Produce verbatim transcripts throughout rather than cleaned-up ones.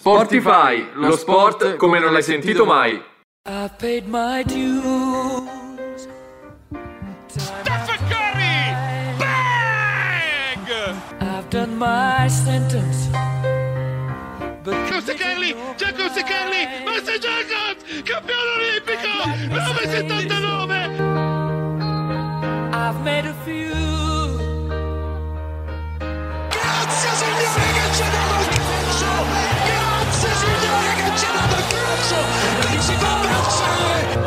Sportify, lo sport come non l'hai sentito mai. I've paid my dues. Stephen Curry! Bang! I've done my sentence. Giusto Kelly, Giacomo Kelly, Master Jacobs, campione olimpico, nove settantanove. I've made a few. Grazie signore che ci ha dato il calcio, grazie signore che ci ha dato il calcio, non si può pensare.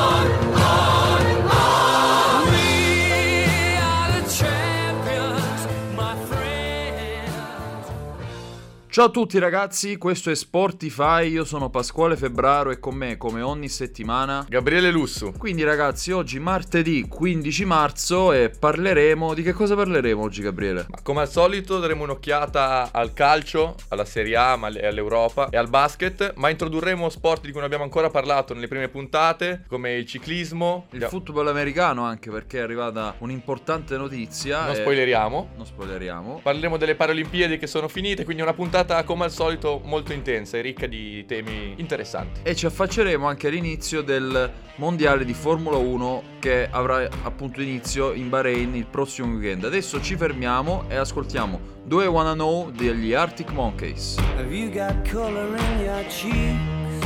We are the champions, my friends. Ciao a tutti ragazzi, questo è Sportify, io sono Pasquale Febbraro e con me, come ogni settimana, Gabriele Lussu. Quindi ragazzi, oggi martedì quindici marzo e parleremo... Di che cosa parleremo oggi, Gabriele? Ma come al solito daremo un'occhiata al calcio, alla Serie A, ma e all'Europa e al basket, ma introdurremo sport di cui non abbiamo ancora parlato nelle prime puntate, come il ciclismo, Il football americano anche, perché è arrivata un'importante notizia. non e- spoileriamo. Non spoileriamo. Parleremo delle Paralimpiadi che sono finite, quindi una puntata come al solito molto intensa e ricca di temi interessanti. E ci affacceremo anche all'inizio del mondiale di Formula uno che avrà appunto inizio in Bahrain il prossimo weekend. Adesso ci fermiamo e ascoltiamo Do I Wanna Know degli Arctic Monkeys. Have you got color in your cheeks?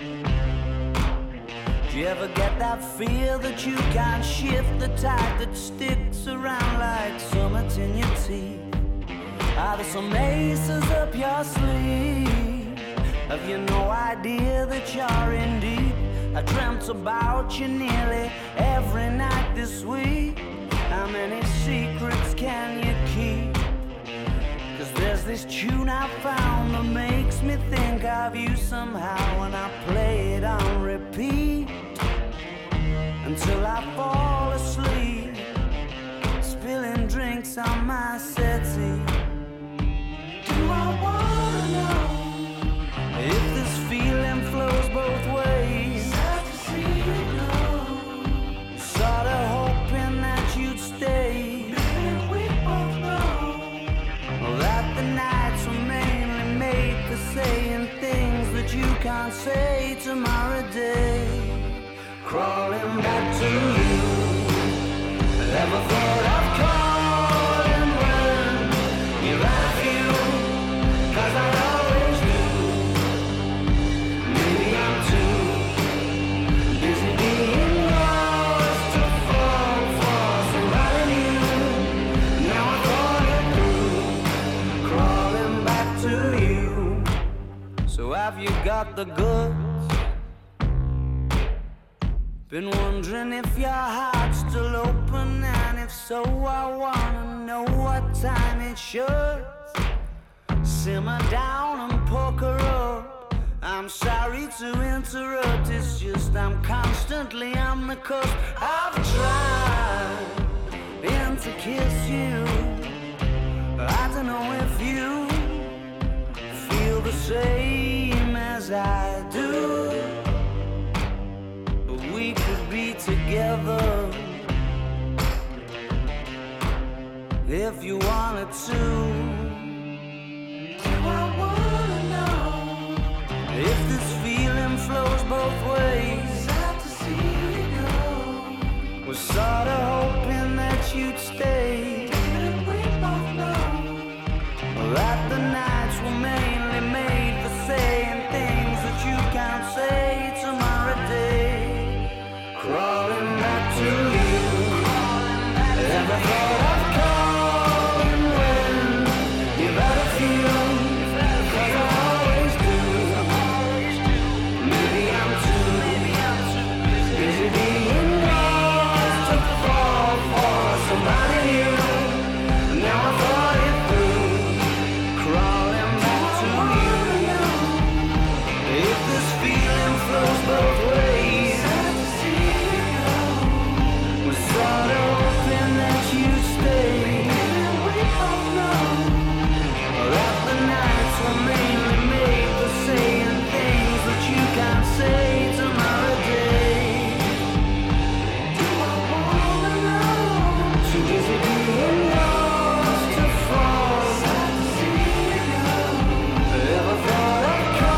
Do you ever get that feel that you can't shift, the tide that sticks around like summits in your teeth? Are there some aces up your sleeve? Have you no idea that you're in deep? I dreamt about you nearly every night this week. How many secrets can you keep? Cause there's this tune I found that makes me think of you somehow, and I play it on repeat until I fall asleep, spilling drinks on my settee. Do I wanna know if this feeling flows both ways? Sad to see you go. Sorta hoping that you'd stay. Maybe we both know that the nights were mainly made for saying things that you can't say tomorrow day. Crawling back to you. Never thought of calling when you're at you. Cause I always do. Maybe I'm too busy being lost to fall for somebody new. Now I thought it through, crawling back to you. So have you got the goods? Been wondering if your heart's still open, and if so, I wanna know what time it should. Simmer down and poker up. I'm sorry to interrupt, it's just I'm constantly on the cusp. I've tried been to kiss you. I don't know if you feel the same as I do, but we could be together if you wanted to. I wanna know if this feeling flows both ways. Sad to see you go. Was sorta hoping that you'd stay. Didn't we both know that the nights were mainly made for saying things that you can't say tomorrow day? Crawling back to you. Never thought of calling when you better feel. Ever thought of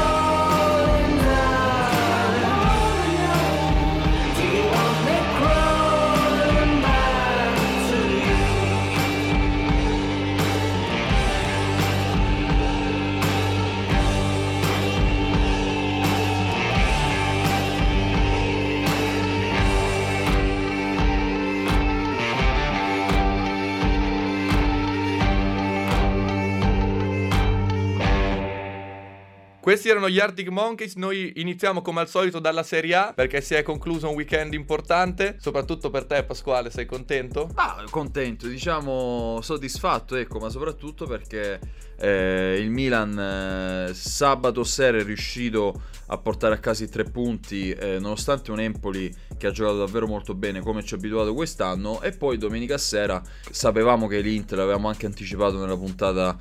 Questi erano gli Arctic Monkeys. Noi iniziamo come al solito dalla Serie A, perché si è concluso un weekend importante, soprattutto per te Pasquale. Sei contento? Ah, contento, diciamo soddisfatto, ecco, ma soprattutto perché eh, il Milan eh, sabato sera è riuscito a portare a casa i tre punti, eh, nonostante un Empoli che ha giocato davvero molto bene come ci ha abituato quest'anno. E poi domenica sera sapevamo che l'Inter, l'avevamo anche anticipato nella puntata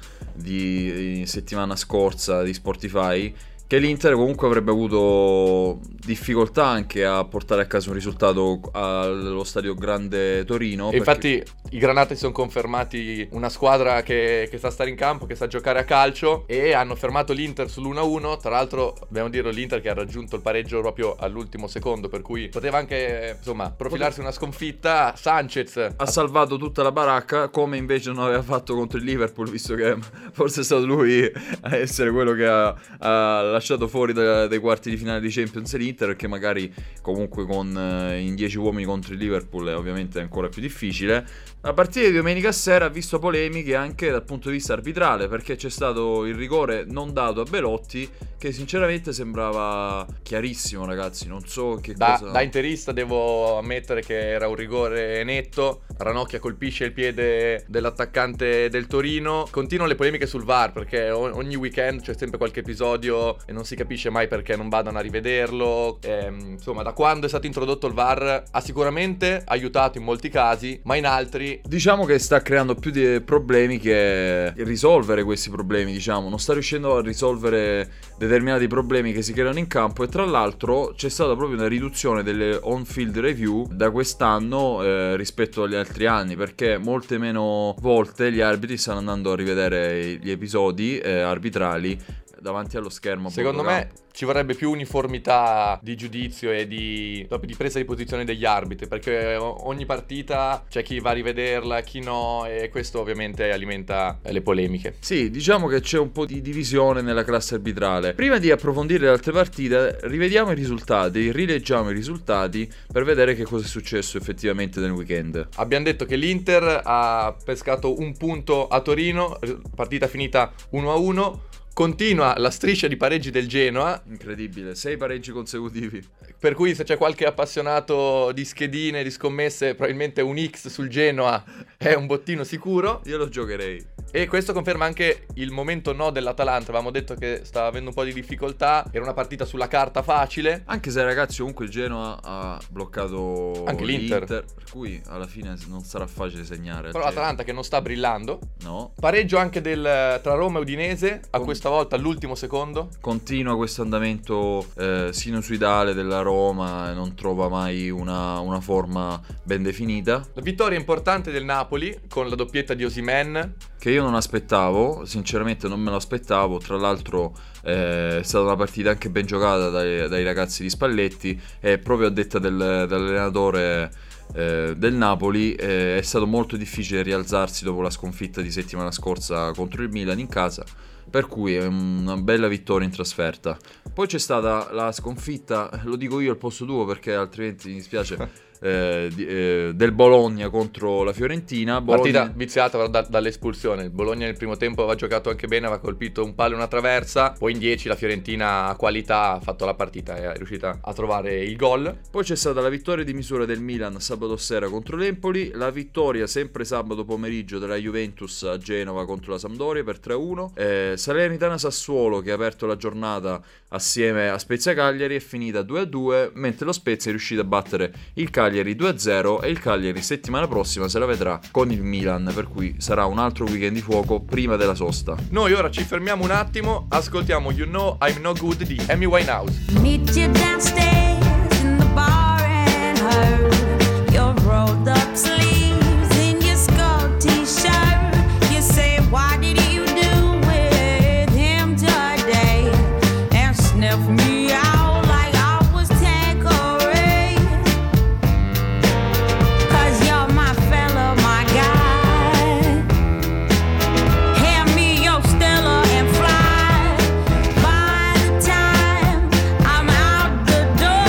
di, di settimana scorsa di Sportify, che l'Inter comunque avrebbe avuto difficoltà anche a portare a casa un risultato allo stadio Grande Torino. E perché... infatti i Granati sono confermati una squadra che, che sa stare in campo, che sa giocare a calcio, e hanno fermato l'Inter sull'uno a uno. Tra l'altro dobbiamo dire l'Inter che ha raggiunto il pareggio proprio all'ultimo secondo, per cui poteva anche insomma profilarsi una sconfitta. Sanchez ha salvato tutta la baracca, come invece non aveva fatto contro il Liverpool, visto che forse è stato lui a essere quello che ha, ha lasciato fuori da, dai quarti di finale di Champions l'Inter, perché magari comunque con eh, in dieci uomini contro il Liverpool è ovviamente ancora più difficile. La partita di domenica sera ha visto polemiche anche dal punto di vista arbitrale, perché c'è stato il rigore non dato a Belotti, che sinceramente sembrava chiarissimo, ragazzi. Non so che da, cosa... Da interista devo ammettere che era un rigore netto. Ranocchia colpisce il piede dell'attaccante del Torino. Continuano le polemiche sul V A R, perché ogni weekend c'è sempre qualche episodio e non si capisce mai perché non vadano a rivederlo. E, insomma, da quando è stato introdotto il V A R ha sicuramente aiutato in molti casi, ma in altri diciamo che sta creando più di problemi che risolvere questi problemi, diciamo. Non sta riuscendo a risolvere determinati problemi che si creano in campo. E tra l'altro c'è stata proprio una riduzione delle on-field review da quest'anno eh, rispetto agli altri anni, perché molte meno volte gli arbitri stanno andando a rivedere gli episodi eh, arbitrali davanti allo schermo. Secondo me ci vorrebbe più uniformità di giudizio e di, di presa di posizione degli arbitri, perché ogni partita c'è chi va a rivederla, chi no, e questo ovviamente alimenta le polemiche. Sì, diciamo che c'è un po' di divisione nella classe arbitrale. Prima di approfondire le altre partite, rivediamo i risultati, rileggiamo i risultati per vedere che cosa è successo effettivamente nel weekend. Abbiamo detto che l'Inter ha pescato un punto a Torino, partita finita uno a uno. Continua la striscia di pareggi del Genoa. Incredibile, sei pareggi consecutivi. Per cui se c'è qualche appassionato di schedine, di scommesse, probabilmente un X sul Genoa è un bottino sicuro. Io lo giocherei. E questo conferma anche il momento no dell'Atalanta. Avevamo detto che stava avendo un po' di difficoltà, era una partita sulla carta facile. Anche se, ragazzi, comunque il Genoa ha bloccato anche l'Inter, l'Inter, per cui alla fine non sarà facile segnare. Però l'Atalanta che non sta brillando. No. Pareggio anche del, tra Roma e Udinese, a Con... questa volta all'ultimo secondo. Continua questo andamento eh, sinusoidale della Roma e non trova mai una, una forma ben definita. La vittoria importante del Napoli con la doppietta di Osimhen, che io non aspettavo, sinceramente non me lo aspettavo. Tra l'altro eh, è stata una partita anche ben giocata dai, dai ragazzi di Spalletti, e proprio a detta del, dell'allenatore eh, del Napoli eh, è stato molto difficile rialzarsi dopo la sconfitta di settimana scorsa contro il Milan in casa, per cui è una bella vittoria in trasferta. Poi c'è stata la sconfitta, lo dico io al posto tuo perché altrimenti mi dispiace, eh, di, eh, del Bologna contro la Fiorentina. Bologna... Partita viziata da, dall'espulsione. Il Bologna nel primo tempo aveva giocato anche bene, aveva colpito un palo e una traversa. Poi in dieci la Fiorentina a qualità ha fatto la partita e è riuscita a trovare il gol. Poi c'è stata la vittoria di misura del Milan sabato sera contro l'Empoli, la vittoria sempre sabato pomeriggio della Juventus a Genova contro la Sampdoria per tre a uno. eh, Salernitana Sassuolo, che ha aperto la giornata assieme a Spezia Cagliari, è finita due a due, mentre lo Spezia è riuscito a battere il Cagliari due a zero, e il Cagliari settimana prossima se la vedrà con il Milan, per cui sarà un altro weekend di fuoco prima della sosta. Noi ora ci fermiamo un attimo, ascoltiamo You Know I'm No Good di Amy Winehouse. Meet you downstairs in the bar and heard your rolled up sleeves in your skull t-shirt. You say, why did you do with him today? And sniff me out like I was Tanqueray. Cause you're my fella, my guy. Hand me your Stella and fly. By the time I'm out the door,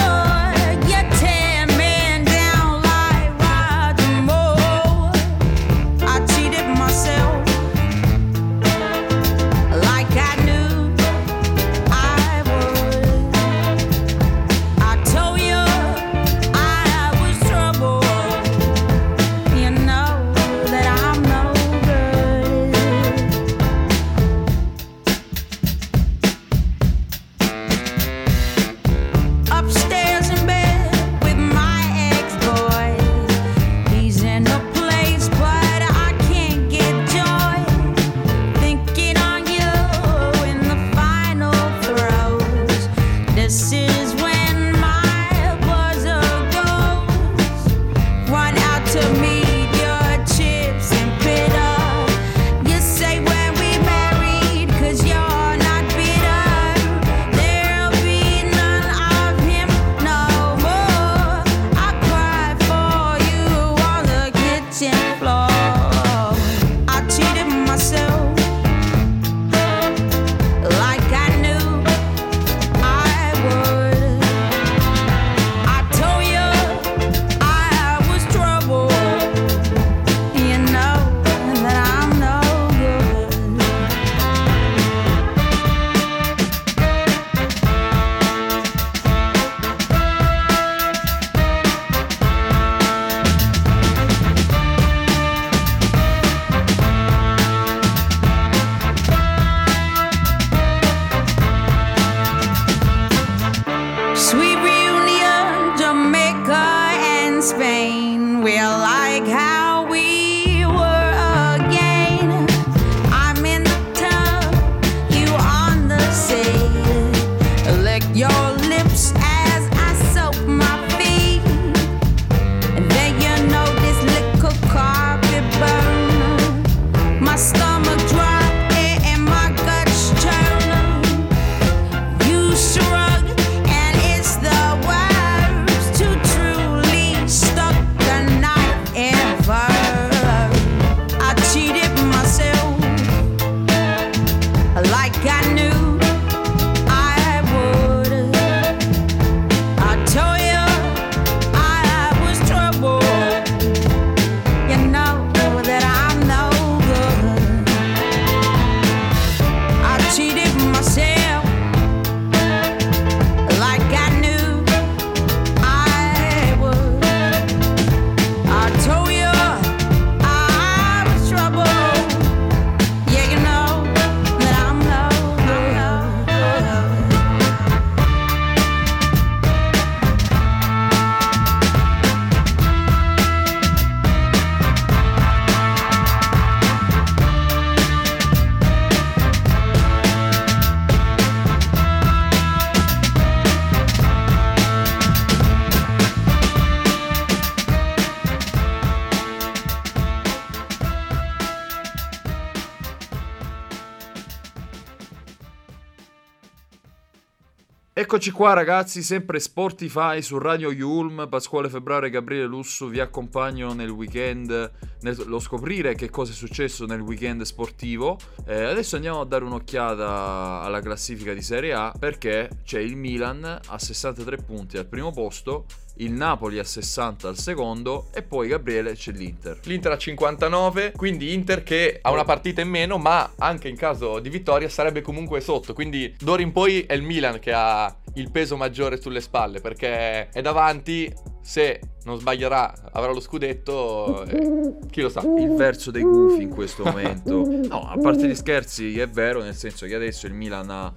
Eccoci qua ragazzi, sempre Sportify su Radio Yulm, Pasquale Febbraio e Gabriele Lussu vi accompagnano nel weekend, nello scoprire che cosa è successo nel weekend sportivo. Eh, adesso andiamo a dare un'occhiata alla classifica di Serie A, perché c'è il Milan a sessantatré punti al primo posto, il Napoli a sessanta al secondo e poi Gabriele c'è l'Inter. L'Inter a cinquantanove, quindi Inter che ha una partita in meno, ma anche in caso di vittoria sarebbe comunque sotto, quindi d'ora in poi è il Milan che ha il peso maggiore sulle spalle, perché è davanti, se non sbaglierà avrà lo scudetto, eh, chi lo sa. Il verso dei gufi in questo momento. No, a parte gli scherzi, è vero, nel senso che adesso il Milan ha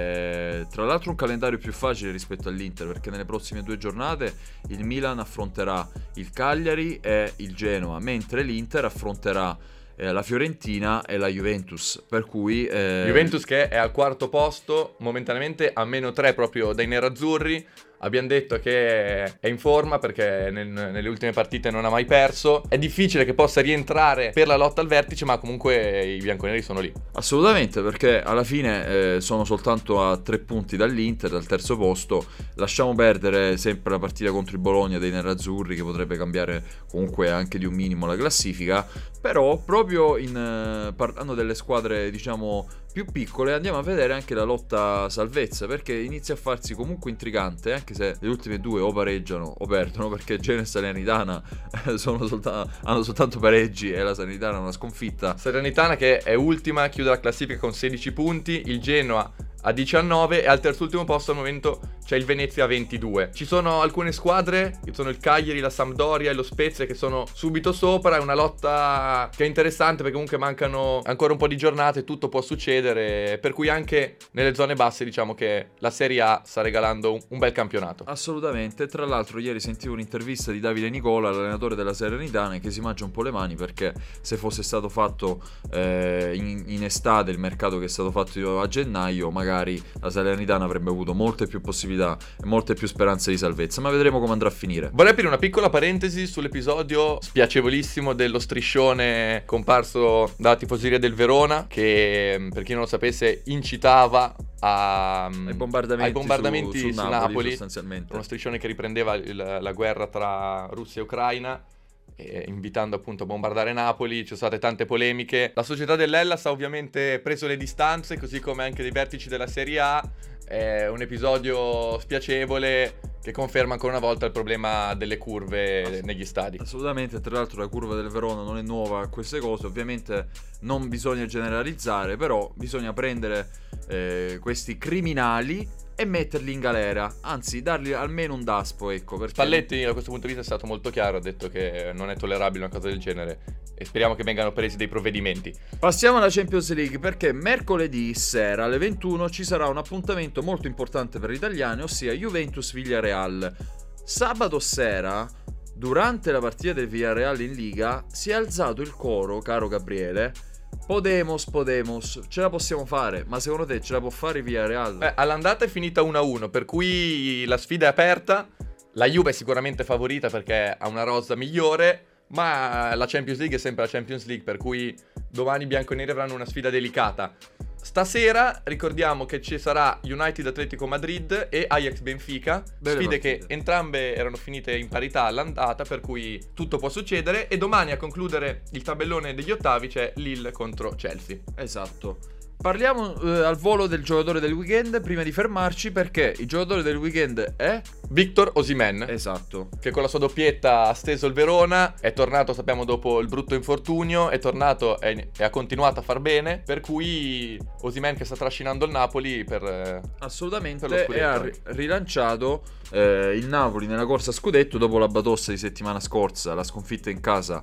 eh, tra l'altro un calendario più facile rispetto all'Inter, perché nelle prossime due giornate il Milan affronterà il Cagliari e il Genoa, mentre l'Inter affronterà eh, la Fiorentina e la Juventus, per cui eh... Juventus che è al quarto posto momentaneamente a meno tre proprio dai nerazzurri. Abbiamo detto che è in forma perché nel, nelle ultime partite non ha mai perso. È difficile che possa rientrare per la lotta al vertice, ma comunque i bianconeri sono lì. Assolutamente, perché alla fine eh, sono soltanto a tre punti dall'Inter, dal terzo posto. Lasciamo perdere sempre la partita contro il Bologna dei nerazzurri, che potrebbe cambiare comunque anche di un minimo la classifica. Però proprio in, eh, parlando delle squadre diciamo più piccole, andiamo a vedere anche la lotta salvezza, perché inizia a farsi comunque intrigante, anche se le ultime due o pareggiano o perdono, perché Genoa e Salernitana sono soltanto, hanno soltanto pareggi e la Salernitana ha una sconfitta. Salernitana che è ultima, chiude la classifica con sedici punti, il Genoa a diciannove e al terzultimo posto al momento c'è il Venezia a ventidue. Ci sono alcune squadre, che sono il Cagliari, la Sampdoria e lo Spezia, che sono subito sopra. È una lotta che è interessante perché comunque mancano ancora un po' di giornate, tutto può succedere, per cui anche nelle zone basse diciamo che la Serie A sta regalando un, un bel campionato. Assolutamente. Tra l'altro ieri sentivo un'intervista di Davide Nicola, l'allenatore della Salernitana, che si mangia un po' le mani, perché se fosse stato fatto eh, in, in estate il mercato che è stato fatto a gennaio, magari la Salernitana avrebbe avuto molte più possibilità e molte più speranze di salvezza, ma vedremo come andrà a finire. Vorrei aprire una piccola parentesi sull'episodio spiacevolissimo dello striscione comparso dalla tifoseria del Verona, che per chi non lo sapesse incitava a, ai bombardamenti, ai bombardamenti su, su, su Napoli, Napoli, sostanzialmente. Uno striscione che riprendeva il, la guerra tra Russia e Ucraina, eh, invitando appunto a bombardare Napoli. Ci sono state tante polemiche. La società dell'Hellas ha ovviamente preso le distanze, così come anche dei vertici della Serie A. È un episodio spiacevole che conferma ancora una volta il problema delle curve negli stadi. Assolutamente. Tra l'altro la curva del Verona non è nuova a queste cose, ovviamente non bisogna generalizzare, però bisogna prendere eh, questi criminali e metterli in galera, anzi dargli almeno un daspo, ecco, perché... Spalletti da questo punto di vista è stato molto chiaro, ha detto che non è tollerabile una cosa del genere e speriamo che vengano presi dei provvedimenti. Passiamo alla Champions League, perché mercoledì sera alle ventuno ci sarà un appuntamento molto importante per gli italiani, ossia Juventus-Villarreal. Sabato sera, durante la partita del Villarreal in Liga, si è alzato il coro, caro Gabriele: Podemos, Podemos, ce la possiamo fare. Ma secondo te ce la può fare il Villarreal? Eh, all'andata è finita uno a uno, per cui la sfida è aperta. La Juve è sicuramente favorita perché ha una rosa migliore, ma la Champions League è sempre la Champions League, per cui domani i bianconeri avranno una sfida delicata. Stasera ricordiamo che ci sarà United Atletico Madrid e Ajax Benfica, Belle sfide partite. che entrambe erano finite in parità all'andata, per cui tutto può succedere. E domani a concludere il tabellone degli ottavi c'è Lille contro Chelsea. Esatto. Parliamo eh, al volo del giocatore del weekend prima di fermarci, perché il giocatore del weekend è... Victor Osimhen, Esatto. che con la sua doppietta ha steso il Verona, è tornato, sappiamo, dopo il brutto infortunio, è tornato e, e ha continuato a far bene, per cui Osimhen che sta trascinando il Napoli per... eh, Assolutamente, per lo e ha scudetto. ri- rilanciato eh, il Napoli nella corsa a scudetto dopo la batosta di settimana scorsa, la sconfitta in casa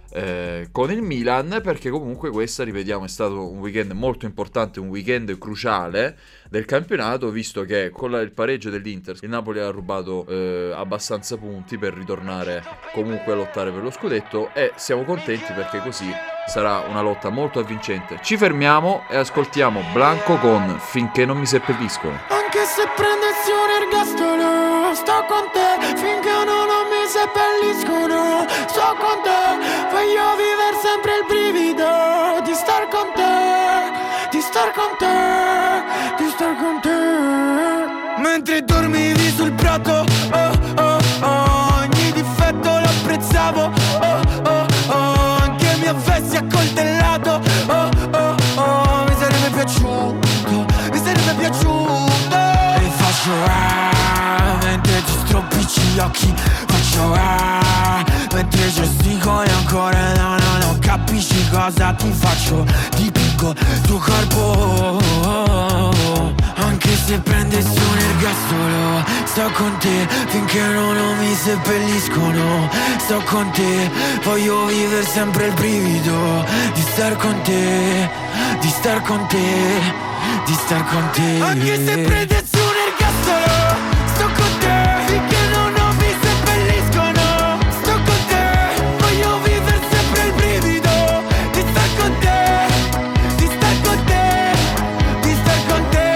eh, con il Milan, perché comunque questa, ripetiamo, è stato un weekend molto importante, un weekend cruciale del campionato, visto che con la- il pareggio dell'Inter il Napoli ha rubato eh, abbastanza punti per ritornare comunque a lottare per lo scudetto, e siamo contenti perché così sarà una lotta molto avvincente. Ci fermiamo e ascoltiamo Blanco con Finché non mi seppelliscono. Anche se prendessi un ergastolo, sto con te finché no, non mi seppelliscono. Sto con te, voglio vivere sempre il brivido di star con te, di star con te, di star con te. Mi mentre dormivi sul prato. Oh oh oh, ogni difetto lo apprezzavo. Oh oh oh, anche mi avessi accoltellato. Oh oh oh, mi sarebbe piaciuto, mi sarebbe piaciuto. E faccio ah, mentre ti stropicci gli occhi. Faccio ah, mentre gestico e ancora no no no capisci cosa ti faccio. Dipingo tuo corpo, anche se prendessi un ergastolo. Sto con te finché non mi seppelliscono. Sto con te, voglio vivere sempre il brivido di star con te, di star con te, di star con te. Anche se prendessi un ergastolo, sto con te finché non mi seppelliscono. Sto con te, voglio vivere sempre il brivido di star con te, di star con te, di star con te.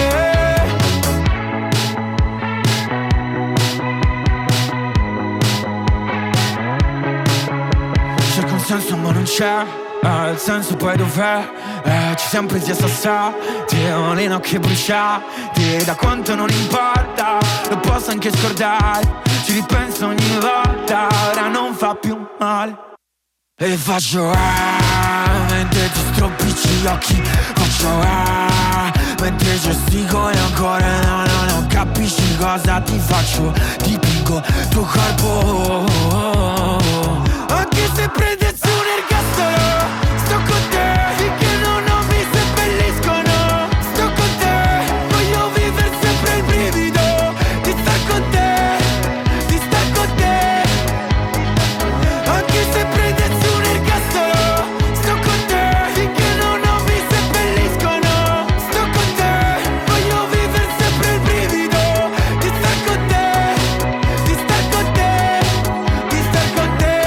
Cerco un senso ma non c'è, eh, il senso poi dov'è? Eh, ci siamo presi a sassati, ho le nocche bruciate. Da quanto non importa, lo posso anche scordare. Ci ripenso ogni volta, ora non fa più male. E faccio ah, mentre ti stropicci gli occhi. Faccio ah, mentre gestico e ancora no no no capisci cosa ti faccio. Dipingo tuo corpo, anche se prendessi un ergastolo. Sto con te finché non mi seppelliscono. Sto con te, voglio vivere sempre il brivido di star con te, di star con te. Anche se prendessi un ergastolo. Sto con te finché non mi seppelliscono. Sto con te, voglio vivere sempre il brivido di star con te, di star con te, di star con te.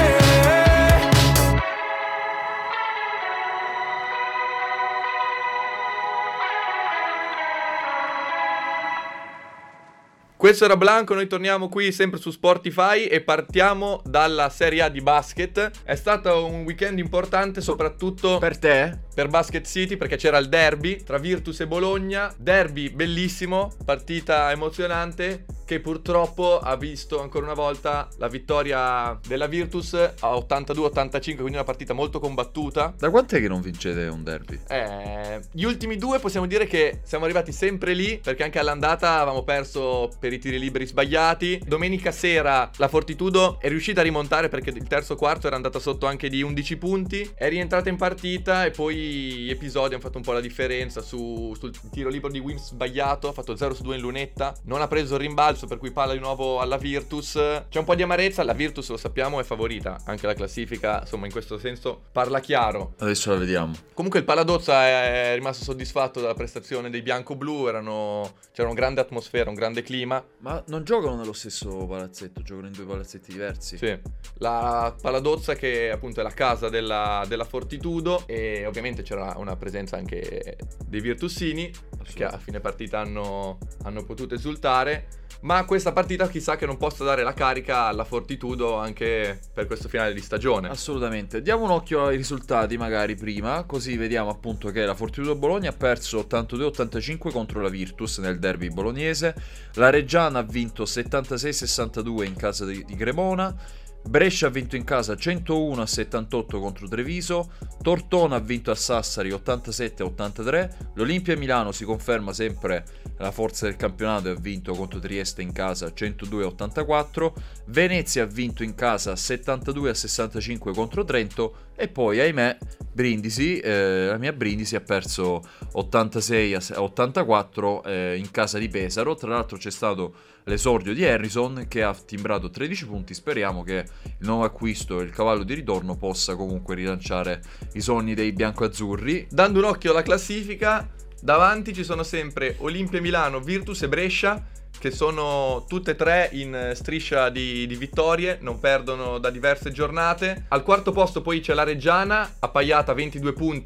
Questo era Blanco, noi torniamo qui sempre su Spotify e partiamo dalla Serie A di basket. È stato un weekend importante soprattutto Per te? per Basket City perché c'era il derby tra Virtus e Bologna. Derby bellissimo, partita emozionante che purtroppo ha visto ancora una volta la vittoria della Virtus a ottantadue ottantacinque, quindi una partita molto combattuta. Da quant'è che non vincete un derby? Eh, gli ultimi due possiamo dire che siamo arrivati sempre lì perché anche all'andata avevamo perso per i tiri liberi sbagliati. Domenica sera la Fortitudo è riuscita a rimontare perché il terzo quarto era andata sotto anche di undici punti, è rientrata in partita e poi gli episodi hanno fatto un po' la differenza. Su, sul tiro libero di Wims sbagliato ha fatto zero su due in lunetta, non ha preso il rimbalzo per cui palla di nuovo alla Virtus. C'è un po' di amarezza, la Virtus lo sappiamo è favorita, anche la classifica insomma in questo senso parla chiaro. Adesso la vediamo. Comunque il Paladozza è rimasto soddisfatto dalla prestazione dei bianco-blu, erano, c'era una grande atmosfera, un grande clima. Ma non giocano nello stesso palazzetto, giocano in due palazzetti diversi. Sì, la Paladozza che appunto è la casa della, della Fortitudo e ovviamente c'era una presenza anche dei virtussini che a fine partita hanno, hanno potuto esultare. Ma questa partita chissà che non possa dare la carica alla Fortitudo anche per questo finale di stagione. Assolutamente. Diamo un occhio ai risultati magari prima, così vediamo appunto che la Fortitudo Bologna ha perso ottantadue ottantacinque contro la Virtus nel derby bolognese. La Reggiana ha vinto settantasei sessantadue in casa di, di Cremona. Brescia ha vinto in casa centouno a settantotto contro Treviso. Tortona ha vinto a Sassari ottantasette a ottantatré. L'Olimpia Milano si conferma sempre la forza del campionato e ha vinto contro Trieste in casa centodue a ottantaquattro. Venezia ha vinto in casa settantadue a sessantacinque contro Trento. E poi ahimè Brindisi, eh, la mia Brindisi ha perso ottantasei a ottantaquattro eh, in casa di Pesaro. Tra l'altro c'è stato l'esordio di Harrison che ha timbrato tredici punti. Speriamo che il nuovo acquisto e il cavallo di ritorno possa comunque rilanciare i sogni dei biancoazzurri. Dando un occhio alla classifica, davanti ci sono sempre Olimpia Milano, Virtus e Brescia, che sono tutte e tre in striscia di, di vittorie, non perdono da diverse giornate. Al quarto posto poi c'è la Reggiana, appaiata a ventidue punti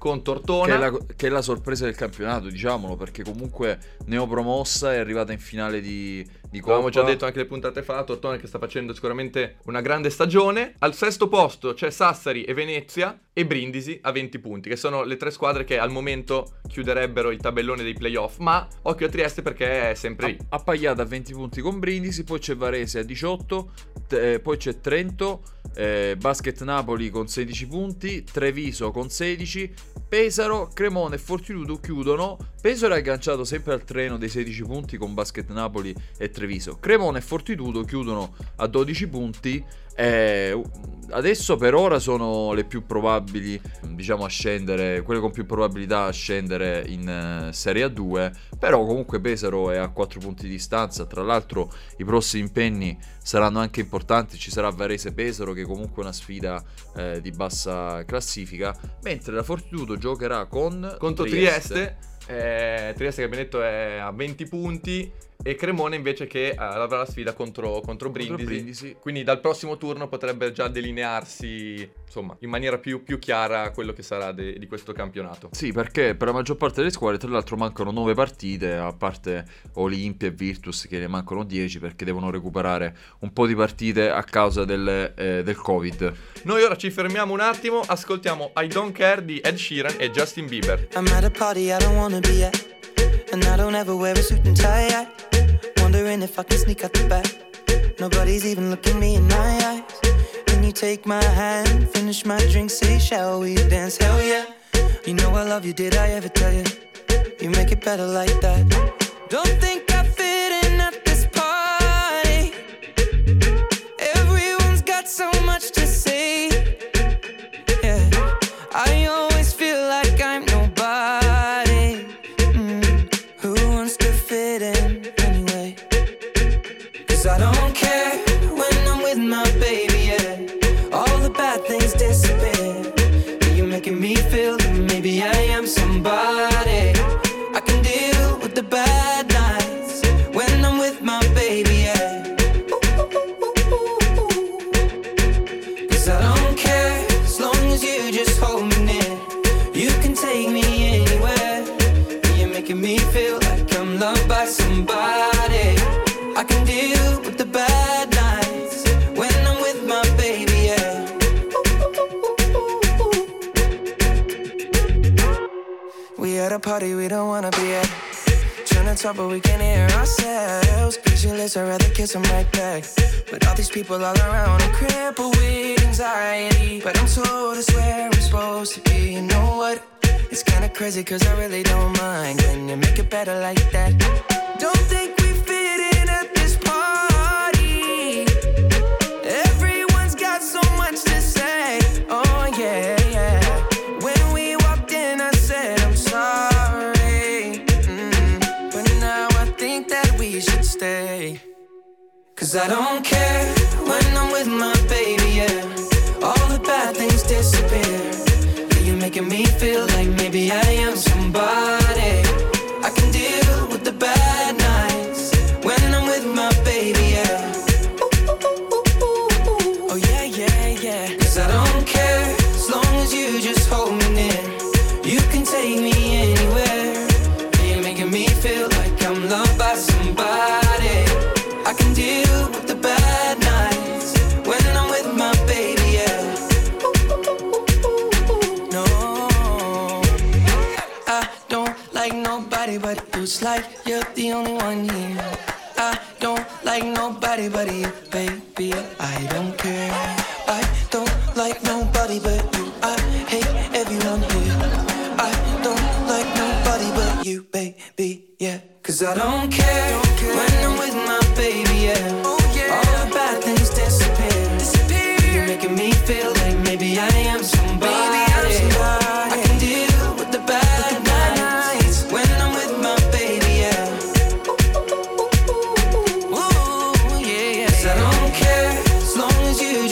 con Che Tortona. è, la, che è la sorpresa del campionato, diciamolo, perché comunque neopromossa è arrivata in finale di, di Coppa. L'avevamo già detto anche le puntate fa, Tortona che sta facendo sicuramente una grande stagione. Al sesto posto c'è Sassari e Venezia e Brindisi a venti punti, che sono le tre squadre che al momento chiuderebbero il tabellone dei playoff, ma occhio a Trieste perché è sempre lì. Appagliata a venti punti con Brindisi, poi c'è Varese a diciotto, t- eh, poi c'è Trento, eh, Basket Napoli con sedici punti, Treviso con sedici, Pesaro, Cremona e Fortitudo chiudono. Pesaro è agganciato sempre al treno dei sedici punti con Basket Napoli e Treviso. Cremona e Fortitudo chiudono a dodici punti. Eh, adesso per ora sono le più probabili, diciamo, a scendere, quelle con più probabilità a scendere in uh, Serie A due, però comunque Pesaro è a quattro punti di distanza. Tra l'altro i prossimi impegni saranno anche importanti, ci sarà Varese-Pesaro che comunque è una sfida eh, di bassa classifica, mentre la Fortitudo giocherà con Contro Trieste, Trieste, eh, Trieste che abbiamo detto è a venti punti, e Cremona invece che eh, avrà la sfida contro, contro, Brindisi. Contro Brindisi. Quindi dal prossimo turno potrebbe già delinearsi, insomma, in maniera più, più chiara quello che sarà de- di questo campionato. Sì, perché per la maggior parte delle squadre tra l'altro mancano nove partite, a parte Olimpia e Virtus che ne mancano dieci perché devono recuperare un po' di partite a causa del, eh, del Covid. Noi ora ci fermiamo un attimo, ascoltiamo I Don't Care di Ed Sheeran e Justin Bieber. I'm at a party I don't wanna be at, and I don't ever wear a suit and tie yet. Wondering if I can sneak out the back. Nobody's even looking me in my eyes. Can you take my hand, finish my drink, say shall we dance? Hell yeah. You know I love you, did I ever tell you? You make it better like that. Don't think I fit in at this party. Everyone's got so much to say. Yeah, I always feel like I'm nobody. Mm. Who wants to fit in anyway? 'Cause I don't care when I'm with my baby, yeah. All the bad things disappear. You're making me feel that maybe I am somebody. I can deal with the bad nights when I'm with my baby, yeah. 'Cause I don't care as long as you just hold me near. You can take me anywhere. You're making me feel like I'm loved by somebody. I can deal with the bad nights when I'm with my baby, yeah. We at a party we don't wanna be at. Trying to talk but we can't hear ourselves. Pictureless, I'd rather kiss them right back. But all these people all around, I'm crippled with anxiety. But I'm told it's where I'm supposed to be. You know what? It's kinda crazy 'cause I really don't mind. Can you make it better like that? Don't think we fit in at this party. Everyone's got so much to say. Oh yeah, yeah. When we walked in I said I'm sorry, mm. But now I think that we should stay. 'Cause I don't care when I'm with my baby, yeah. All the bad things disappear. You're making me feel like maybe I am somebody. I can deal with the bad nights when I'm with my baby, yeah. Oh yeah, yeah, yeah. 'Cause I don't care as long as you just hold me near. You can take me anywhere. You're making me feel like I'm loved by somebody. I can deal with the bad nights when I'm with my baby, yeah. No, I don't like nobody but you. It's like you're the only one here. I don't like nobody but you, baby. I don't care. I don't like nobody but you. I hate everyone here. I don't like nobody but you, baby, yeah. 'Cause I don't care, when I'm with my baby, yeah. Oh, yeah. All the bad things disappear. disappear. You're making me feel like maybe I am somebody. Maybe I'm somebody. I can deal with the bad, with the bad nights when I'm with my baby, yeah. Ooh, yeah, yeah. 'Cause I don't care as long as you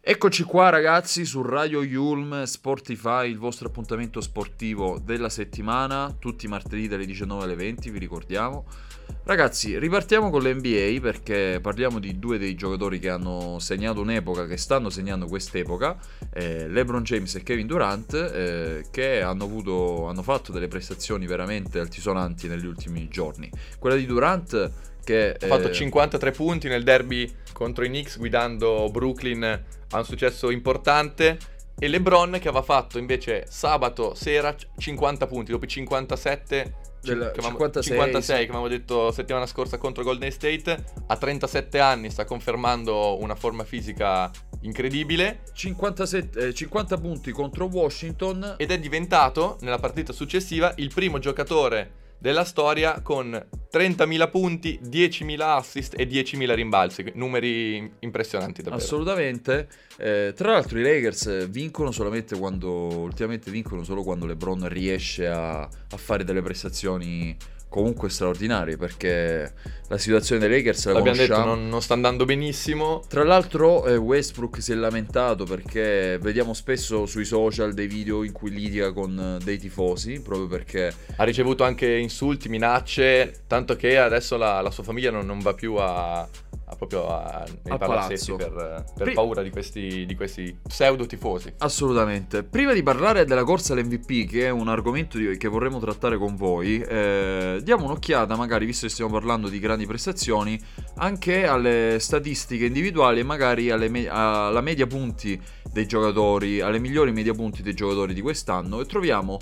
Eccoci qua ragazzi su Radio Yulm Sportify, il vostro appuntamento sportivo della settimana, tutti i martedì dalle diciannove alle venti, vi ricordiamo. Ragazzi, ripartiamo con l'N B A perché parliamo di due dei giocatori che hanno segnato un'epoca, che stanno segnando quest'epoca, eh, LeBron James e Kevin Durant, eh, che hanno avuto, hanno fatto delle prestazioni veramente altisonanti negli ultimi giorni. Quella di Durant che ha fatto cinquantatré punti nel derby contro i Knicks guidando Brooklyn a un successo importante, e LeBron che aveva fatto invece sabato sera cinquanta punti dopo i cinquantasette del che cinquantasei, cinquantasei sì. che avevamo detto settimana scorsa contro Golden State. A trentasette anni sta confermando una forma fisica incredibile, cinquantasette, eh, cinquanta punti contro Washington, ed è diventato nella partita successiva il primo giocatore della storia con trentamila punti, diecimila assist e diecimila rimbalzi, numeri impressionanti davvero. Assolutamente. Eh, tra l'altro i Lakers vincono solamente quando, ultimamente vincono solo quando LeBron riesce a, a fare delle prestazioni comunque straordinarie, perché la situazione dei Lakers la l'abbiamo conosciamo. detto, non, non sta andando benissimo. Tra l'altro eh, Westbrook si è lamentato perché vediamo spesso sui social dei video in cui litiga con eh, dei tifosi, proprio perché Ha ricevuto anche insulti, minacce, tanto che adesso la, la sua famiglia non, non va più a, a proprio a, nei Al palazzetti palazzo. per, per Pri- paura di questi, di questi pseudo tifosi. assolutamente. Prima di parlare della corsa all'M V P, che è un argomento di- che vorremmo trattare con voi, eh, diamo un'occhiata, magari, visto che stiamo parlando di grandi prestazioni, anche alle statistiche individuali e magari alle me- alla media punti dei giocatori, alle migliori media punti dei giocatori di quest'anno, e troviamo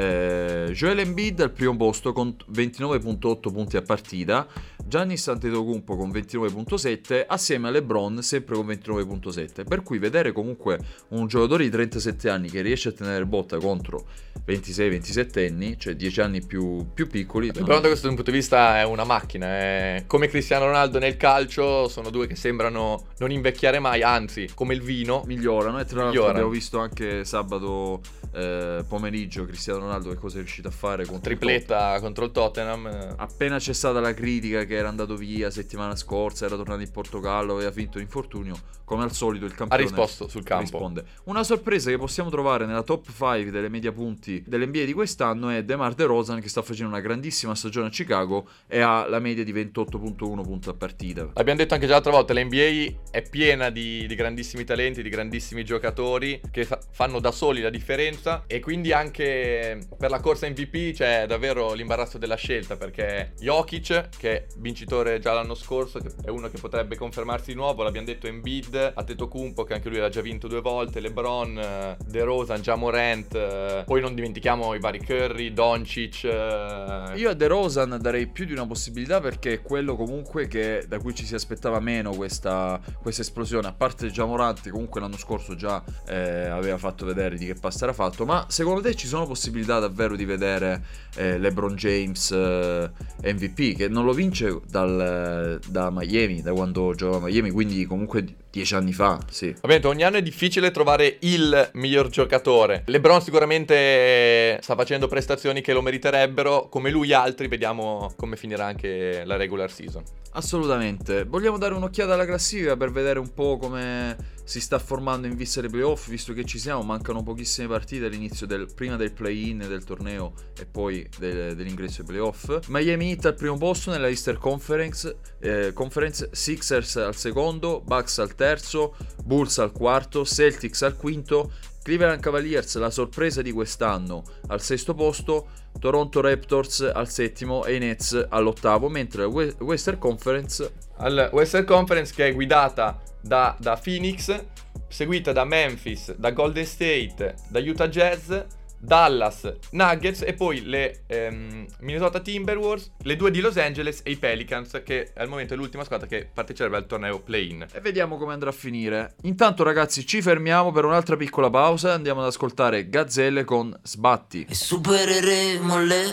eh, Joel Embiid al primo posto con ventinove virgola otto punti a partita, Giannis Antetokounmpo con ventinove virgola sette, assieme a LeBron sempre con ventinove virgola sette, per cui vedere comunque un giocatore di trentasette anni che riesce a tenere botta contro ventisei ventisette anni, cioè dieci anni più, più piccoli. LeBron da questo punto di vista è una macchina, è come Cristiano Ronaldo nel calcio, sono due che sembrano non invecchiare mai, anzi come il vino. migliorano, e tra l'altro Migliorano. abbiamo visto anche sabato eh, pomeriggio Cristiano Ronaldo che cosa è riuscito a fare contro il Tripletta contro il Tottenham. Tottenham. Appena c'è stata la critica che era andato via settimana scorsa, era tornato in Portogallo, aveva finto l'infortunio, come al solito il Ha campione risposto sul campo. risponde. Una sorpresa che possiamo trovare nella top cinque delle media punti dell'N B A di quest'anno è DeMar DeRozan, che sta facendo una grandissima stagione a Chicago e ha la media di ventotto virgola uno punti a partita. Abbiamo detto anche già l'altra volta, l'N B A è piena di, di grandissimi talenti, di grandissimi giocatori che fa- fanno da soli la differenza, e quindi anche per la corsa M V P c'è davvero l'imbarazzo della scelta, perché Jokic, che è vincitore già l'anno scorso, che è uno che potrebbe confermarsi di nuovo, l'abbiamo detto, Embiid, Antetokounmpo che anche lui l'ha già vinto due volte, LeBron, eh, DeRozan, Ja Morant, eh, poi non dimentichiamo i vari Curry, Doncic. eh, Io a DeRozan darei più di una possibilità, perché è quello comunque che, da cui ci si aspettava meno questa, questa esplosione, a parte Ja Morant, che comunque l'anno scorso già eh, aveva fatto vedere di che pasta era fatto. Ma secondo te ci sono possibilità davvero di vedere eh, LeBron James eh, M V P, che non lo vince dal, da Miami, da quando giocava a Miami, quindi comunque dieci anni fa, sì. Ovviamente ogni anno è difficile trovare il miglior giocatore. LeBron sicuramente sta facendo prestazioni che lo meriterebbero, come lui altri, vediamo come finirà anche la regular season. Assolutamente. Vogliamo dare un'occhiata alla classifica per vedere un po' come si sta formando in vista dei playoff, visto che ci siamo, mancano pochissime partite all'inizio del, prima del play-in del torneo e poi del, dell'ingresso ai playoff. Miami Heat al primo posto nella Eastern Conference, eh, Conference, Sixers al secondo, Bucks al terzo, Bulls al quarto, Celtics al quinto, Cleveland Cavaliers, la sorpresa di quest'anno, al sesto posto, Toronto Raptors al settimo e i Nets all'ottavo, mentre la Western Conference... Al Western Conference, che è guidata da, da Phoenix, seguita da Memphis, da Golden State, da Utah Jazz, Dallas, Nuggets e poi le ehm, Minnesota Timberwolves, le due di Los Angeles e i Pelicans, che al momento è l'ultima squadra che parteciperà al torneo play-in. E vediamo come andrà a finire. Intanto ragazzi ci fermiamo per un'altra piccola pausa, andiamo ad ascoltare Gazzelle con Sbatti. E supereremo le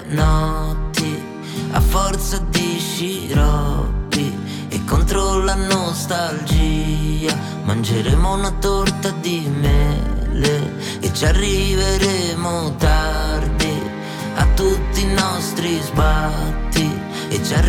notti a forza di sciroppi, e contro la nostalgia mangeremo una torta di mele e ci arriveremo tardi a tutti i nostri sbatti, e ci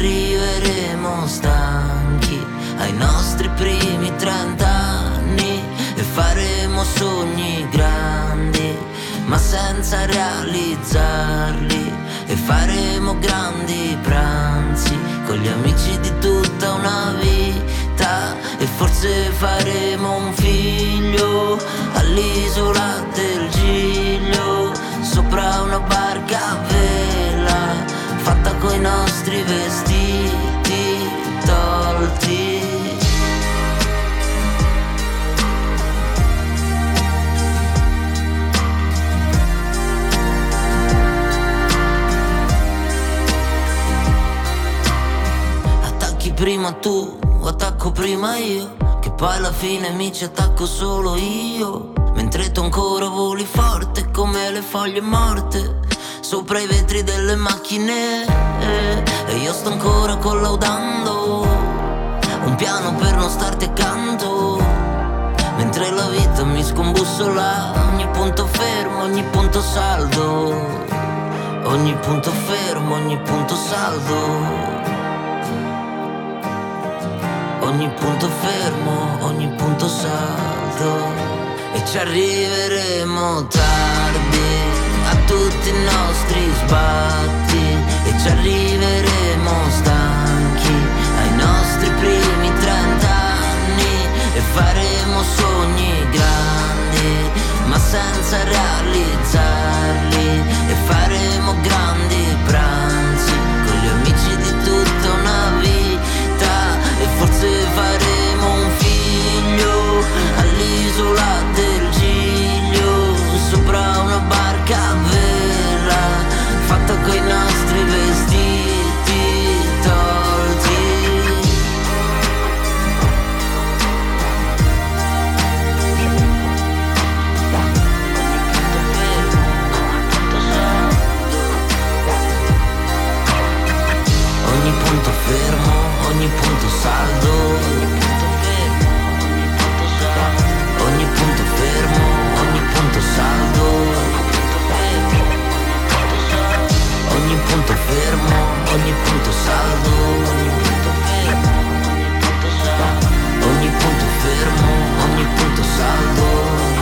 arriveremo stanchi ai nostri primi trent'anni, e faremo sogni grandi, ma senza realizzarli. E faremo grandi pranzi con gli amici di tutta una vita. E forse faremo un figlio all'isola del Giglio, sopra una barca a vela fatta coi nostri vestiti tolti. Prima tu, attacco prima io, che poi alla fine mi ci attacco solo io. Mentre tu ancora voli forte come le foglie morte sopra i vetri delle macchine, e io sto ancora collaudando un piano per non starti accanto. Mentre la vita mi scombussola, ogni punto fermo, ogni punto saldo. Ogni punto fermo, ogni punto saldo. Ogni punto fermo, ogni punto saldo. E ci arriveremo tardi a tutti i nostri sbatti. E ci arriveremo stanchi ai nostri primi trent'anni. E faremo sogni grandi, ma senza realizzarli. E faremo grandi pranzi con gli amici di tutta una vita. E forse faremo un figlio all'isola del Giglio, sopra una barca a vela fatta coi nostri vestiti tolti. Ogni punto fermo, ogni punto saldo. Ogni punto fermo, ogni punto saldo. Ogni punto fermo, ogni punto saldo. Ogni punto fermo, ogni punto saldo.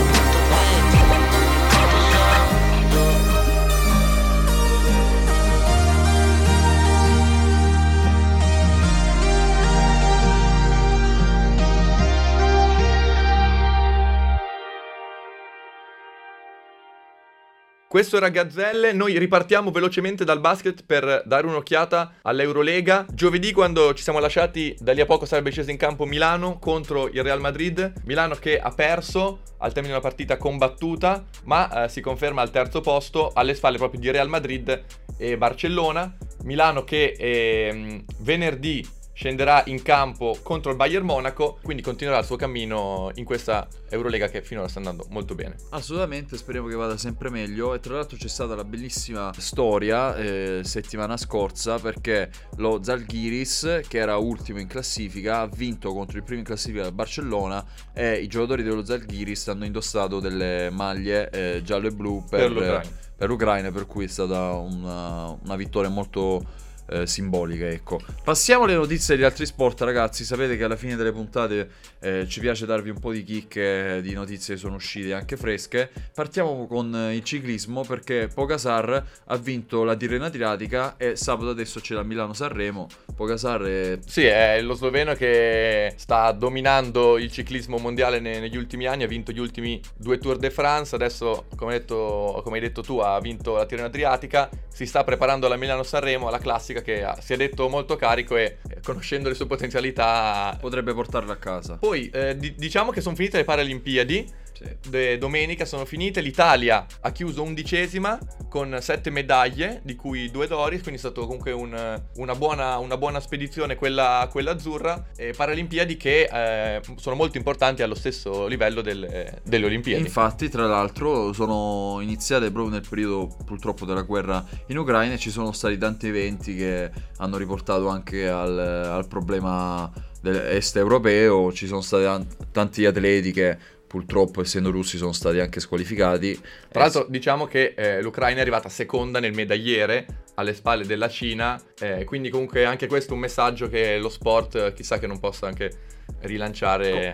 Questo era Gazzelle, noi ripartiamo velocemente dal basket per dare un'occhiata all'Eurolega. Giovedì, quando ci siamo lasciati, da lì a poco sarebbe sceso in campo Milano contro il Real Madrid. Milano che ha perso al termine di una partita combattuta, ma eh, si conferma al terzo posto alle spalle proprio di Real Madrid e Barcellona. Milano che eh, venerdì scenderà in campo contro il Bayern Monaco, quindi continuerà il suo cammino in questa Eurolega che finora sta andando molto bene. Assolutamente, speriamo che vada sempre meglio. E tra l'altro c'è stata la bellissima storia eh, settimana scorsa, perché lo Zalgiris, che era ultimo in classifica, ha vinto contro il primo in classifica del Barcellona, e i giocatori dello Zalgiris hanno indossato delle maglie eh, giallo e blu per, Per l'Ucraina. per l'Ucraina, per cui è stata una, una vittoria molto Eh, simbolica, ecco. Passiamo alle notizie degli altri sport, ragazzi. Sapete che alla fine delle puntate eh, ci piace darvi un po' di chicche di notizie che sono uscite anche fresche. Partiamo con il ciclismo, perché Pogačar ha vinto la Tirrena Adriatica e sabato adesso c'è la Milano-Sanremo. Pogačar è... Sì, è lo sloveno che sta dominando il ciclismo mondiale ne- negli ultimi anni, ha vinto gli ultimi due Tour de France, adesso come hai detto, come hai detto tu ha vinto la Tirrena Adriatica, si sta preparando alla Milano-Sanremo, la classica che ha, si è detto molto carico e eh, conoscendo le sue potenzialità potrebbe portarla a casa. Poi eh, di- diciamo che sono finite le Paralimpiadi. Sì. De- domenica sono finite, l'Italia ha chiuso undicesima con sette medaglie, di cui due d'oro, quindi è stato comunque un, una, buona, una buona spedizione quella, quella azzurra. E Paralimpiadi che eh, sono molto importanti allo stesso livello del, delle Olimpiadi. Infatti, tra l'altro, sono iniziate proprio nel periodo purtroppo della guerra in Ucraina e ci sono stati tanti eventi che hanno riportato anche al, al problema dell'est europeo. Ci sono stati an- tanti atleti che purtroppo, essendo russi, sono stati anche squalificati. Tra l'altro diciamo che eh, l'Ucraina è arrivata seconda nel medagliere alle spalle della Cina, eh, quindi comunque anche questo è un messaggio che lo sport, chissà che non possa anche rilanciare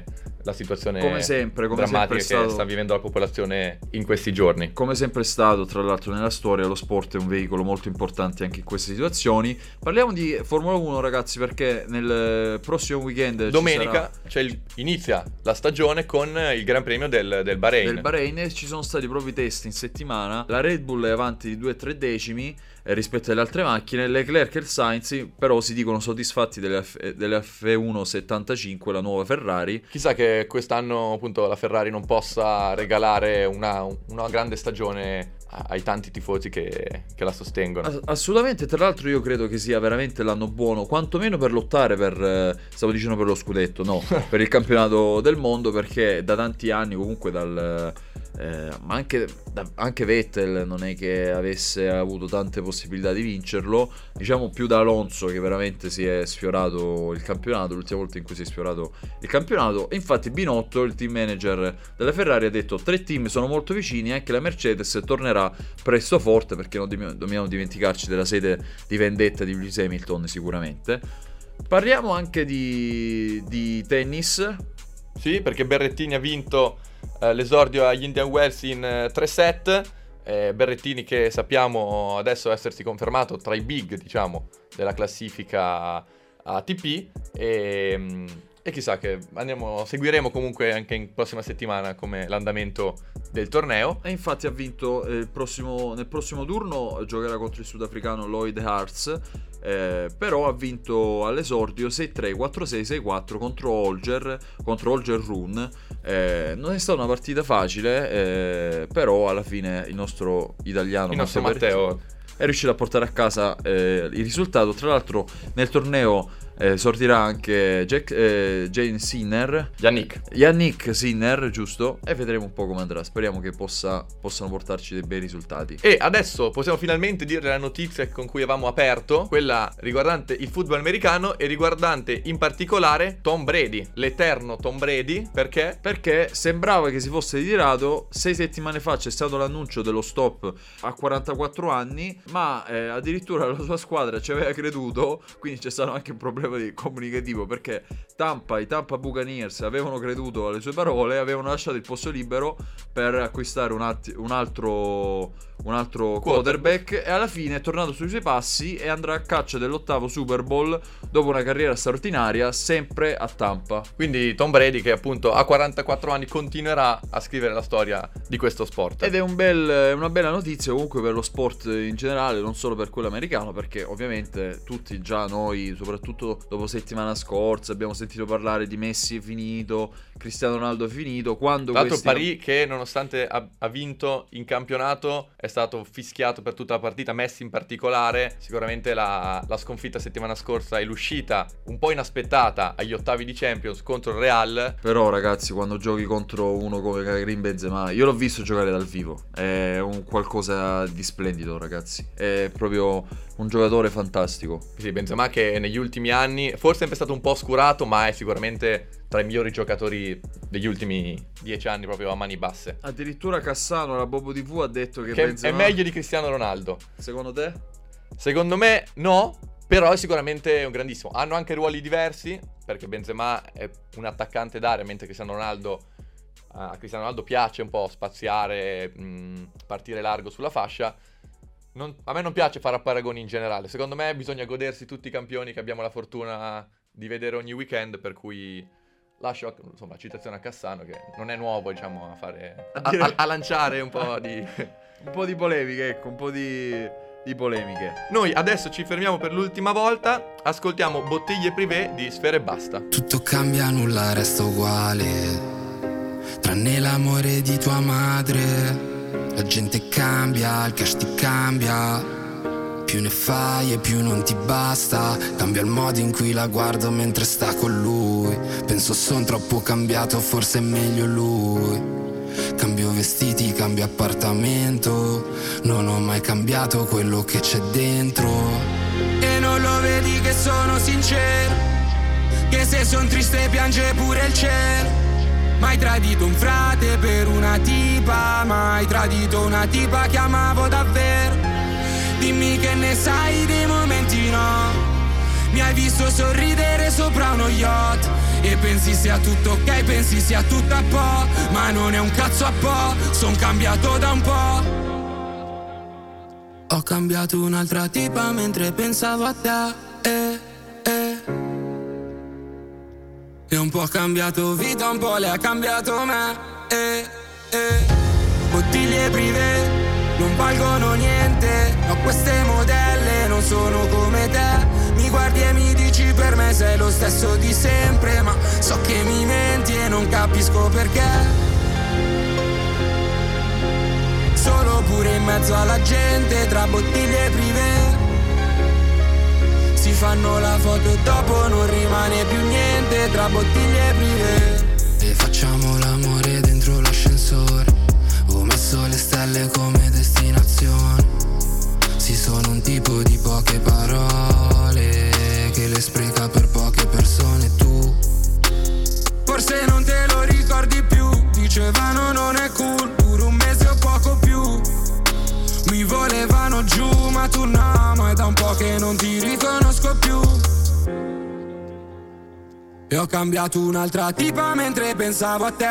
la situazione come sempre, come drammatica sempre stato... che sta vivendo la popolazione in questi giorni. Come sempre è stato, tra l'altro, nella storia, lo sport è un veicolo molto importante anche in queste situazioni. Parliamo di Formula uno, ragazzi, perché nel prossimo weekend domenica ci sarà... cioè il, inizia la stagione con il Gran Premio del, del Bahrain. Del Bahrain, e ci sono stati proprio i test in settimana. La Red Bull è avanti di due e tre decimi eh, rispetto alle altre macchine. Leclerc e il Sainz però si dicono soddisfatti delle, F- delle F uno settantacinque, la nuova Ferrari. Chissà che quest'anno appunto la Ferrari non possa regalare una, una grande stagione ai tanti tifosi che, che la sostengono. Ass- assolutamente, tra l'altro io credo che sia veramente l'anno buono, quantomeno per lottare per, eh, stavo dicendo per lo scudetto, no, per il campionato del mondo, perché da tanti anni comunque dal... Eh, ma anche, da, anche Vettel non è che avesse avuto tante possibilità di vincerlo, diciamo più da Alonso che veramente si è sfiorato il campionato, l'ultima volta in cui si è sfiorato il campionato. E infatti Binotto, il team manager della Ferrari, ha detto tre team sono molto vicini, anche la Mercedes tornerà presto forte, perché non dim- dobbiamo dimenticarci della sede di vendetta di Lewis Hamilton sicuramente. Parliamo anche di, di tennis. Sì, perché Berrettini ha vinto eh, l'esordio agli Indian Wells in eh, tre set. eh, Berrettini, che sappiamo adesso essersi confermato tra i big, diciamo, della classifica A T P, e, mm, e chissà che andiamo, seguiremo comunque anche in prossima settimana come l'andamento del torneo. E infatti ha vinto eh, il prossimo, nel prossimo turno giocherà contro il sudafricano Lloyd Hartz. Eh, però ha vinto all'esordio sei tre, quattro sei, sei quattro contro Holger, contro Holger Rune. Eh, non è stata una partita facile, eh, però alla fine il nostro italiano, il nostro Matteo, Matteo è riuscito a portare a casa eh, il risultato. Tra l'altro nel torneo eh, sortirà anche Jack, eh, Jane Sinner, Yannick Yannick Sinner, giusto? E vedremo un po' come andrà. Speriamo che possa, possano portarci dei bei risultati. E adesso possiamo finalmente dire la notizia con cui avevamo aperto, quella riguardante il football americano e riguardante in particolare Tom Brady, l'eterno Tom Brady. Perché? Perché sembrava che si fosse ritirato. Sei settimane fa c'è stato l'annuncio dello stop a quarantaquattro anni, ma eh, addirittura la sua squadra ci aveva creduto, quindi c'è stato anche un problema di comunicativo, perché Tampa, i Tampa Buccaneers avevano creduto alle sue parole, avevano lasciato il posto libero per acquistare un, alt- un altro un altro quarterback, e alla fine è tornato sui suoi passi e andrà a caccia dell'ottavo Super Bowl dopo una carriera straordinaria sempre a Tampa. Quindi Tom Brady, che appunto a quarantaquattro anni continuerà a scrivere la storia di questo sport. Ed è un bel, una bella notizia comunque per lo sport in generale, non solo per quello americano, perché ovviamente tutti già noi, soprattutto dopo settimana scorsa, abbiamo sentito parlare di Messi è finito, Cristiano Ronaldo è finito. Quando Tra l'altro questi... Paris, che nonostante ha, ha vinto in campionato, è stato fischiato per tutta la partita, Messi in particolare. Sicuramente la, la sconfitta settimana scorsa e l'uscita un po' inaspettata agli ottavi di Champions contro il Real. Però ragazzi, quando giochi contro uno come Karim Benzema, io l'ho visto giocare dal vivo, è un qualcosa di splendido, ragazzi, è proprio un giocatore fantastico. Sì, Benzema che negli ultimi anni forse è sempre stato un po' oscurato, ma è sicuramente tra i migliori giocatori degli ultimi dieci anni, proprio a mani basse. Addirittura Cassano, la Bobo tivù, ha detto che, che Benzema... è meglio di Cristiano Ronaldo. Secondo te? Secondo me no, però è sicuramente un grandissimo. Hanno anche ruoli diversi, perché Benzema è un attaccante d'area, mentre Cristiano Ronaldo, a Cristiano Ronaldo piace un po' spaziare, mh, partire largo sulla fascia. Non, a me non piace fare paragoni in generale. Secondo me bisogna godersi tutti i campioni che abbiamo la fortuna di vedere ogni weekend, per cui lascio, insomma, citazione a Cassano, che non è nuovo, diciamo, a fare a, a, a lanciare un po' di un po' di polemiche, ecco, un po' di, di polemiche. Noi adesso ci fermiamo per l'ultima volta, ascoltiamo Bottiglie Privé di Sfera e Basta. Tutto cambia, nulla resta uguale, tranne l'amore di tua madre. La gente cambia, il cash ti cambia, più ne fai e più non ti basta. Cambia il modo in cui la guardo mentre sta con lui. Penso son troppo cambiato, forse è meglio lui. Cambio vestiti, cambio appartamento, non ho mai cambiato quello che c'è dentro. E non lo vedi che sono sincero, che se son triste piange pure il cielo. Mai tradito un frate per una tipa, mai tradito una tipa che amavo davvero. Dimmi che ne sai dei momenti no, mi hai visto sorridere sopra uno yacht E pensi sia tutto ok, pensi sia tutto a po', ma non è un cazzo a po', son cambiato da un po'. Ho cambiato un'altra tipa mentre pensavo a te, eh, eh. E un po' ha cambiato vita, un po' le ha cambiato me, eh, eh. Bottiglie privé non valgono niente, no, queste modelle non sono come te. Mi guardi e mi dici per me sei lo stesso di sempre, ma so che mi menti e non capisco perché. Solo pure in mezzo alla gente, tra bottiglie privé, si fanno la foto e dopo non rimane più niente, tra bottiglie privé. E facciamo l'amore dentro l'ascensore, ho messo le stelle come destinazione. Sì, sono un tipo di poche parole, che le spreca per poche persone. Tu forse non te lo ricordi più, dicevano non è cool, pure un mese o poco più. Mi volevano giù ma tu no, ma è da un po' che non ti riconosco più. E ho cambiato un'altra tipa mentre pensavo a te,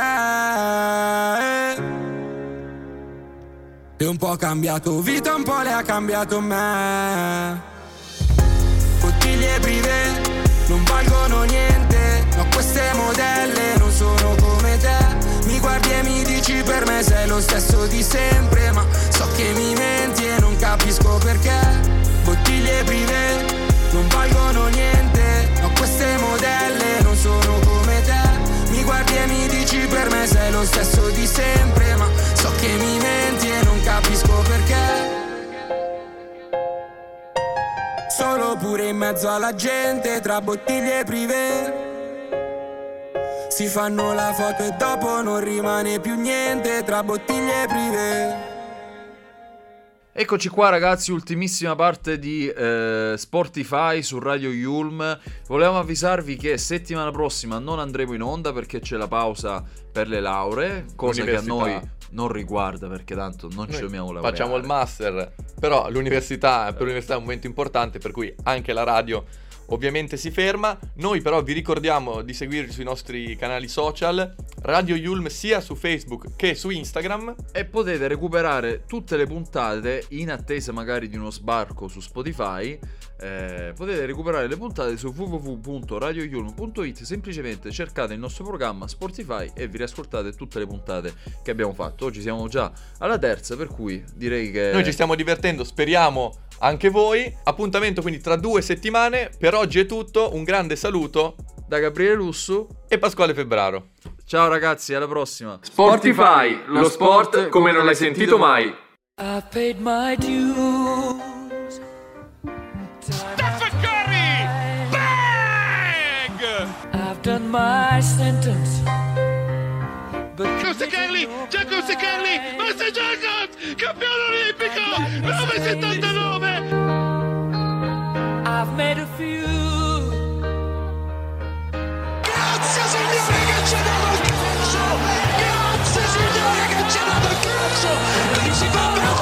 e un po' ha cambiato vita, un po' le ha cambiato me. Bottiglie privé non valgono niente, no, queste modelle non sono come te. Mi guardi e mi dici per me sei lo stesso di sempre, ma so che mi menti e non capisco perché. Bottiglie privé non valgono niente, no, queste modelle non sono come te. Mi guardi e mi dici per me sei lo stesso di sempre, ma so che mi menti e non capisco perché. Solo pure in mezzo alla gente, tra bottiglie privé, si fanno la foto e dopo non rimane più niente, tra bottiglie privé. Eccoci qua ragazzi, ultimissima parte di eh, Sportify su Radio Yulm. Volevamo avvisarvi che settimana prossima non andremo in onda perché c'è la pausa per le lauree, cosa che a noi non riguarda perché tanto non noi ci dobbiamo lavorare. Facciamo il master, però l'università, per l'università è un momento importante, per cui anche la radio ovviamente si ferma. Noi però vi ricordiamo di seguirci sui nostri canali social, Radio Yulm, sia su Facebook che su Instagram, e potete recuperare tutte le puntate in attesa magari di uno sbarco su Spotify. Eh, potete recuperare le puntate su w w w punto radio yulm punto it, semplicemente cercate il nostro programma Spotify e vi riascoltate tutte le puntate che abbiamo fatto. Oggi siamo già alla terza, per cui direi che noi ci stiamo divertendo, speriamo anche voi. Appuntamento quindi tra due settimane. Per oggi è tutto, un grande saluto da Gabriele Lussu e Pasquale Febbraro. Ciao ragazzi, alla prossima. Sportify, lo sport come non l'hai sentito mai. I paid my dues. Stephen Curry! Bang! I've done my sentence. Giusto Kelly, Giacomo Kelly, Master Jacobs, campione olimpico, nove settantanove. I've made a few. Grazie signore che ci ha dato il calcio! Grazie signore che ci ha dato il calcio! E si fa